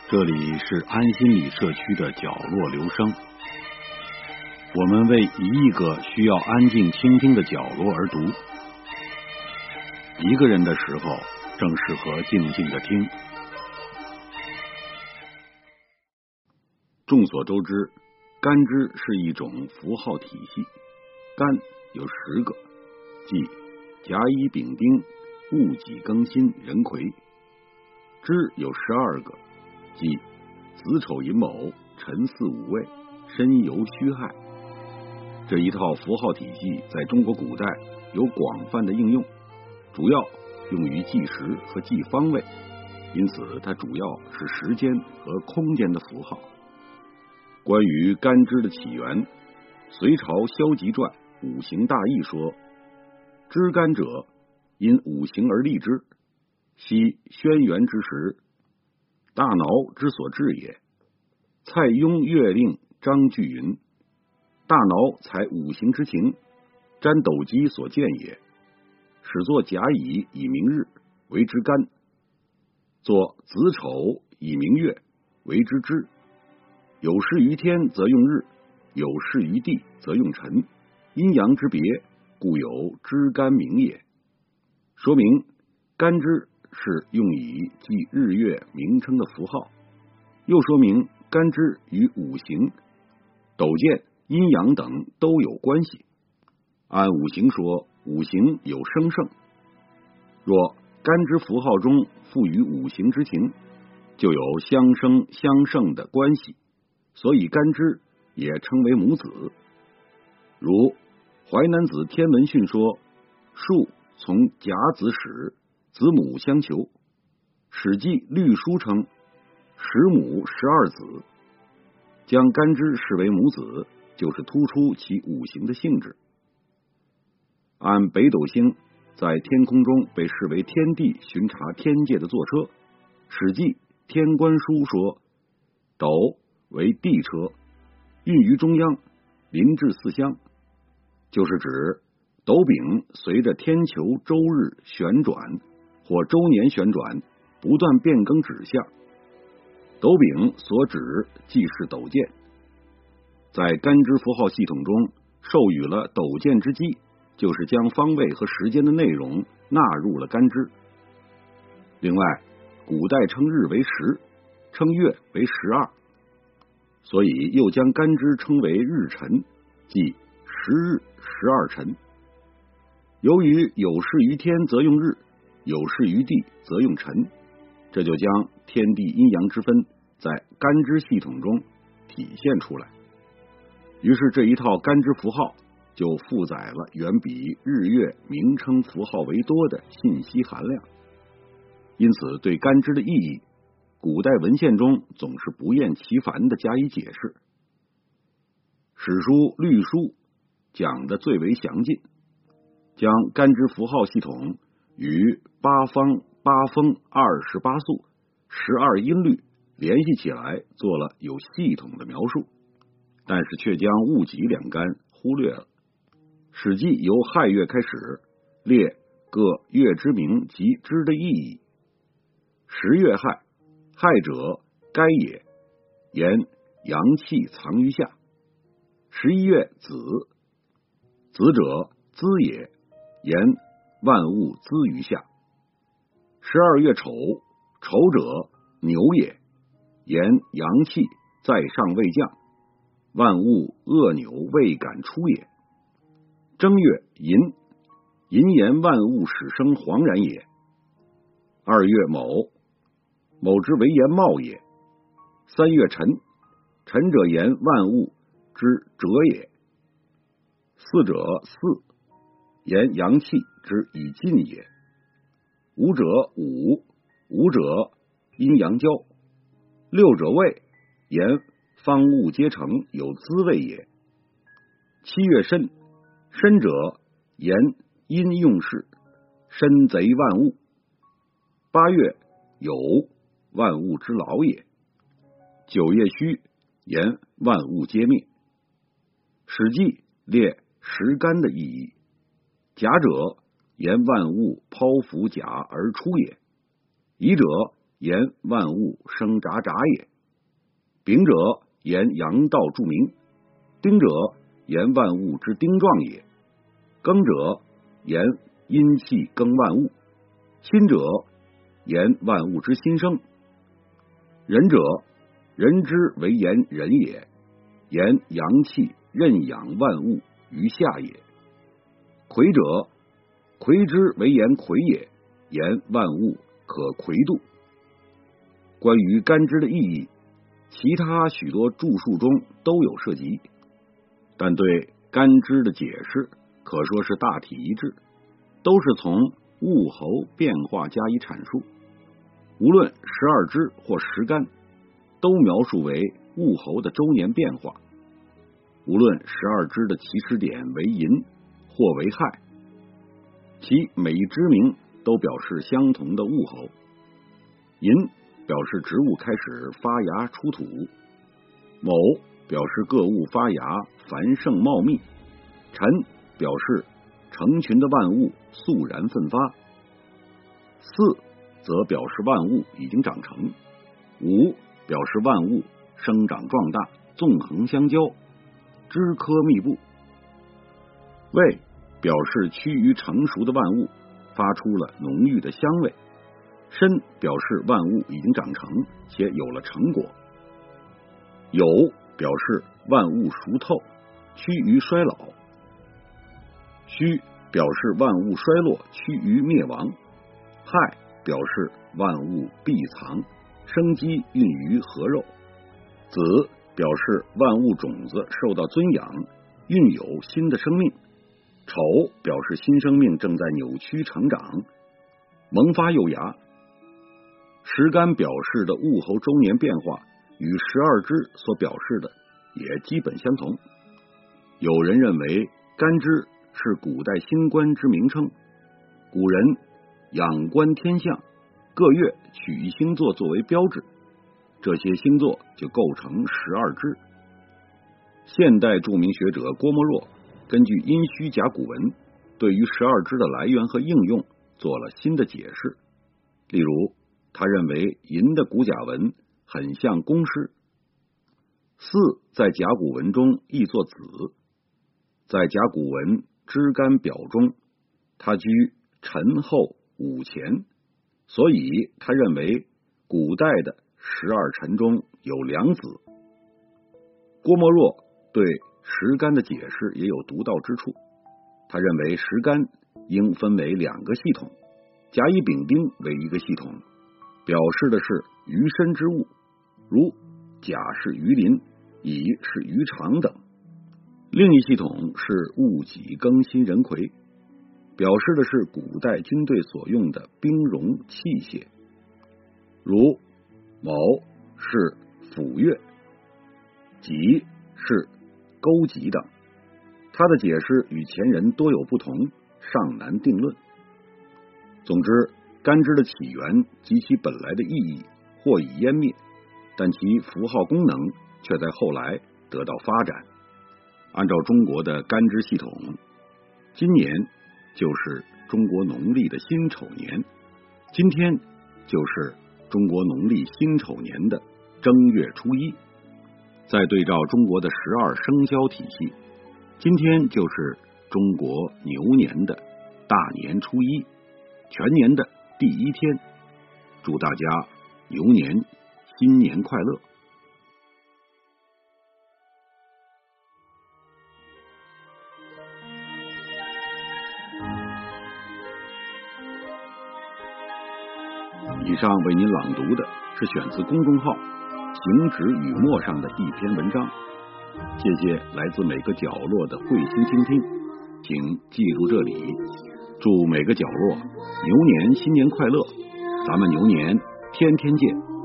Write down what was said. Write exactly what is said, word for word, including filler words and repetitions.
这里是安心理社区的角落留声，我们为一亿个需要安静倾听的角落而读。一个人的时候，正适合静静的听。众所周知，干支是一种符号体系，干有十个，即甲乙丙丁戊己庚辛壬癸；支有十二个，即子丑寅卯辰巳午未申酉戌亥。这一套符号体系在中国古代有广泛的应用，主要用于计时和记方位，因此它主要是时间和空间的符号。关于干支的起源，隋朝萧吉传五行大义说：支干者，因五行而立之，昔轩辕之时，大脑之所至也。蔡邕月令张句云：大脑采五行之情，占斗机所见也。始作甲乙以明日，为之干；作子丑以明月，为之支。有事于天则用日，有事于地则用辰，阴阳之别，故有支干名也。说明干支是用以记日月名称的符号，又说明干支与五行、斗见、阴阳等都有关系。按五行说，五行有生胜，若干支符号中赋予五行之情，就有相生相胜的关系，所以干支也称为母子。如《淮南子·天文训》说：树从甲子始，子母相求。《史记·律书》称：十母十二子。将干支视为母子，就是突出其五行的性质。按北斗星在天空中被视为天地巡查天界的坐车，《史记·天官书》说：斗为地车，运于中央，临至四乡，就是指斗柄随着天球周日旋转或周年旋转，不断变更指向。斗柄所指即是斗见，在干支符号系统中授予了斗见之机，就是将方位和时间的内容纳入了干支。另外，古代称日为十，称月为十二，所以又将干支称为日辰，即十日十二辰。由于有事于天则用日，有事于地则用辰，这就将天地阴阳之分在干支系统中体现出来。于是这一套干支符号就负载了远比日月名称符号为多的信息含量。因此对干支的意义，古代文献中总是不厌其烦地加以解释。史书《律书》讲得最为详尽，将干支符号系统与八方八风二十八宿十二音律联系起来，做了有系统的描述，但是却将戊己两干忽略了。史记由亥月开始，列各月之名及之的意义。十月亥，亥者该也，言阳气藏于下。十一月子，子者资也，言万物资于下。十二月丑，丑者牛也，言阳气在上未降，万物恶扭未敢出也。正月寅，寅言万物始生惶然也。二月卯，卯之为言茂也。三月辰，辰者言万物之哲也。四者巳，言阳气之以尽也。五者午，午者阴阳交。六者未，言方物皆成有滋味也。七月申，申者言阴用事，申贼万物。八月酉，万物之劳也。九月戌，言万物皆灭。史记列十干的意义，甲者言万物剖腹甲而出也，乙者言万物生长长也。丙者，言阳道著名。丁者，言万物之丁状也。庚者，言阴气更万物。辛者，言万物之新生。壬者，人之为言人也，言阳气任养万物于下也。癸者，癸之为言癸也，言万物可癸度。关于干支的意义，其他许多著述中都有涉及，但对干支的解释可说是大体一致，都是从物候变化加以阐述。无论十二支或十干，都描述为物候的周年变化。无论十二支的起始点为寅或为亥，其每一支名都表示相同的物候。寅表示植物开始发芽出土，卯表示各物发芽繁盛茂密，辰表示成群的万物肃然奋发，巳则表示万物已经长成，午表示万物生长壮大，纵横相交，枝柯密布，未表示趋于成熟的万物发出了浓郁的香味，申表示万物已经长成且有了成果，酉表示万物熟透，趋于衰老，戌表示万物衰落，趋于灭亡，亥表示万物闭藏，生机孕于禾肉，子表示万物种子受到尊养，孕有新的生命，丑表示新生命正在扭曲成长，萌发幼芽。十干表示的物候周年变化与十二支所表示的也基本相同。有人认为干支是古代星官之名称，古人仰观天象，各月取一星座作为标志，这些星座就构成十二支。现代著名学者郭沫若根据殷墟甲骨文，对于十二支的来源和应用做了新的解释。例如，他认为寅的古甲文很像公狮，巳在甲骨文中译作子，在甲骨文支干表中，它居辰后午前，所以他认为古代的十二辰中有两子。郭沫若对十干的解释也有独到之处，他认为十干应分为两个系统，甲乙丙丁为一个系统，表示的是鱼身之物，如甲是鱼鳞，乙是鱼肠等；另一系统是戊己庚辛壬癸，表示的是古代军队所用的兵戎器械，如卯是斧钺，己是钩戟等。他的解释与前人多有不同，尚难定论。总之，干支的起源及其本来的意义或已湮灭，但其符号功能却在后来得到发展。按照中国的干支系统，今年就是中国农历的辛丑年，今天就是中国农历辛丑年的正月初一。再对照中国的十二生肖体系，今天就是中国牛年的大年初一，全年的第一天。祝大家牛年新年快乐！以上为您朗读的是选自公众号行止雨墨上的一篇文章，谢谢来自每个角落的慧心倾听，请记住这里，祝每个角落牛年新年快乐，咱们牛年天天见。